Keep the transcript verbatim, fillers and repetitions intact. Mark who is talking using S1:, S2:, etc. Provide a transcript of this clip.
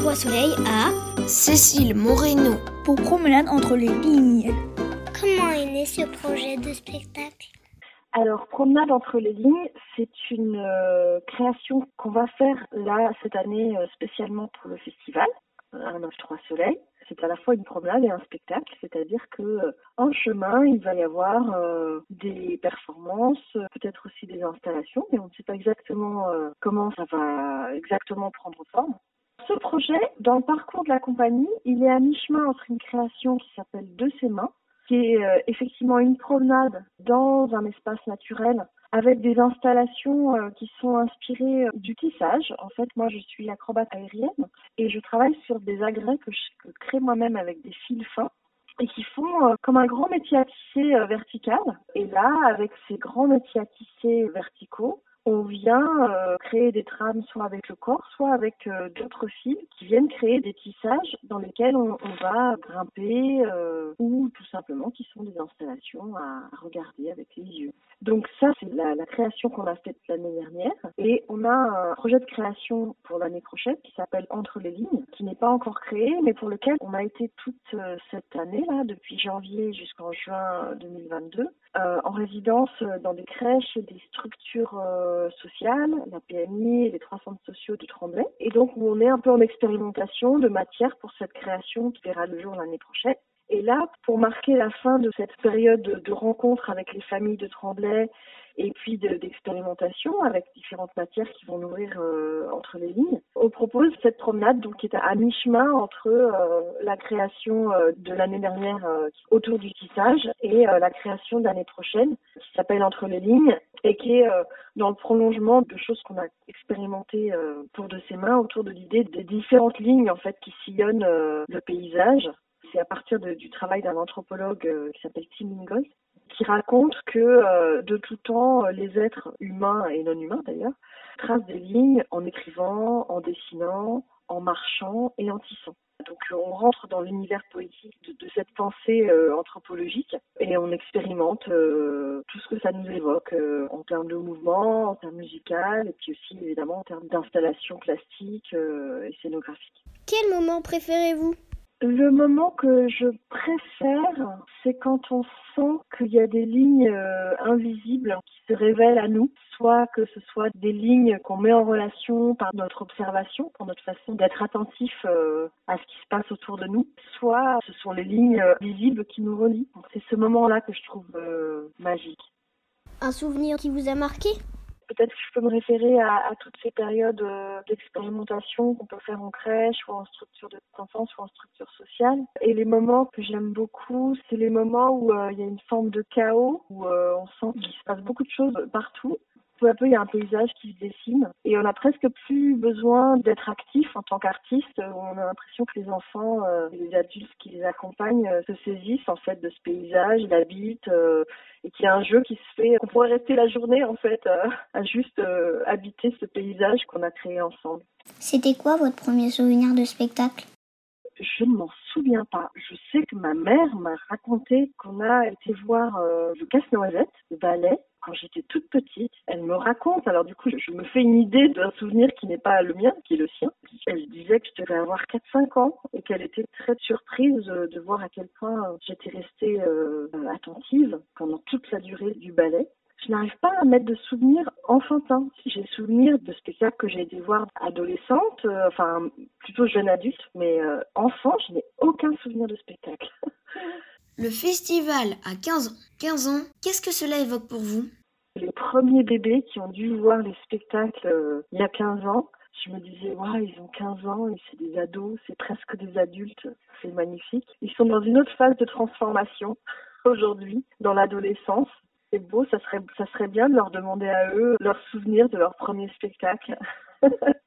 S1: Trois Soleils à Cécile Moreno
S2: pour Promenade entre les lignes.
S3: Comment est né ce projet de spectacle ?
S4: Alors, Promenade entre les lignes, c'est une euh, création qu'on va faire là, cette année, euh, spécialement pour le festival, un neuf Trois Soleils. C'est à la fois une promenade et un spectacle, c'est-à-dire que euh, en chemin, il va y avoir euh, des performances, euh, peut-être aussi des installations, mais on ne sait pas exactement euh, comment ça va exactement prendre forme. Ce projet, dans le parcours de la compagnie, il est à mi-chemin entre une création qui s'appelle De ses mains, qui est euh, effectivement une promenade dans un espace naturel avec des installations euh, qui sont inspirées euh, du tissage. En fait, moi, je suis acrobate aérienne et je travaille sur des agrès que je que crée moi-même avec des fils fins et qui font euh, comme un grand métier à tisser euh, vertical. Et là, avec ces grands métiers à tisser verticaux, on vient euh, créer des trames soit avec le corps, soit avec euh, d'autres fils qui viennent créer des tissages dans lesquels on, on va grimper euh, ou tout simplement qui sont des installations à regarder avec les yeux. Donc ça, c'est la, la création qu'on a faite l'année dernière. Et on a un projet de création pour l'année prochaine qui s'appelle Entre les lignes, qui n'est pas encore créé, mais pour lequel on a été toute euh, cette année-là, depuis janvier jusqu'en juin deux mille vingt-deux, euh, en résidence dans des crèches et des structures euh, sociales, la P M I et les trois centres sociaux de Tremblay. Et donc, on est un peu en expérimentation de matière pour cette création qui verra le jour l'année prochaine. Et là, pour marquer la fin de cette période de, de rencontre avec les familles de Tremblay et puis de, d'expérimentation avec différentes matières qui vont nourrir euh, entre les lignes, on propose cette promenade donc qui est à mi-chemin entre euh, la création euh, de l'année dernière euh, autour du tissage et euh, la création de l'année prochaine qui s'appelle Entre les lignes et qui est euh, dans le prolongement de choses qu'on a expérimentées euh, pour De ses mains autour de l'idée des différentes lignes en fait qui sillonnent euh, le paysage. C'est à partir de, du travail d'un anthropologue euh, qui s'appelle Tim Ingold, qui raconte que euh, de tout temps, les êtres humains et non humains d'ailleurs tracent des lignes en écrivant, en dessinant, en marchant et en tissant. Donc on rentre dans l'univers poétique de, de cette pensée euh, anthropologique et on expérimente euh, tout ce que ça nous évoque euh, en termes de mouvement, en termes musical et puis aussi évidemment en termes d'installation plastique euh, et scénographique.
S1: Quel moment préférez-vous ?
S4: Le moment que je préfère, c'est quand on sent qu'il y a des lignes euh, invisibles qui se révèlent à nous, soit que ce soit des lignes qu'on met en relation par notre observation, par notre façon d'être attentif euh, à ce qui se passe autour de nous, soit ce sont les lignes euh, visibles qui nous relient. Donc, c'est ce moment-là que je trouve euh, magique.
S1: Un souvenir qui vous a marqué ?
S4: Peut-être que je peux me référer à, à toutes ces périodes euh, d'expérimentation qu'on peut faire en crèche ou en structure de enfance ou en structure sociale. Et les moments que j'aime beaucoup, c'est les moments où euh, il y a une forme de chaos, où euh, on sent qu'il se passe beaucoup de choses partout. Peu à peu, il y a un paysage qui se dessine et on n'a presque plus besoin d'être actif en tant qu'artiste. On a l'impression que les enfants euh, et les adultes qui les accompagnent euh, se saisissent en fait de ce paysage, l'habitent euh, et qu'il y a un jeu qui se fait. On pourrait rester la journée en fait euh, à juste euh, habiter ce paysage qu'on a créé ensemble.
S3: C'était quoi votre premier souvenir de spectacle ?
S4: Je ne m'en souviens pas. Je sais que ma mère m'a raconté qu'on a été voir euh, le Casse-Noisette, le ballet, quand j'étais toute petite. Elle me raconte, alors du coup, je, je me fais une idée d'un souvenir qui n'est pas le mien, qui est le sien. Elle disait que je devais avoir quatre cinq ans et qu'elle était très surprise de, de voir à quel point j'étais restée euh, attentive pendant toute la durée du ballet. Je n'arrive pas à mettre de souvenirs enfantins. J'ai souvenir de spectacles que j'ai été voir adolescente, euh, enfin plutôt jeune adulte, mais euh, enfant, je n'ai aucun souvenir de spectacle.
S1: Le festival a quinze ans. quinze ans, qu'est-ce que cela évoque pour vous ?
S4: Les premiers bébés qui ont dû voir les spectacles euh, il y a quinze ans, je me disais, waouh, ils ont quinze ans et c'est des ados, c'est presque des adultes, c'est magnifique. Ils sont dans une autre phase de transformation aujourd'hui, dans l'adolescence. C'est beau, ça serait, ça serait bien de leur demander à eux leurs souvenirs de leur premier spectacle.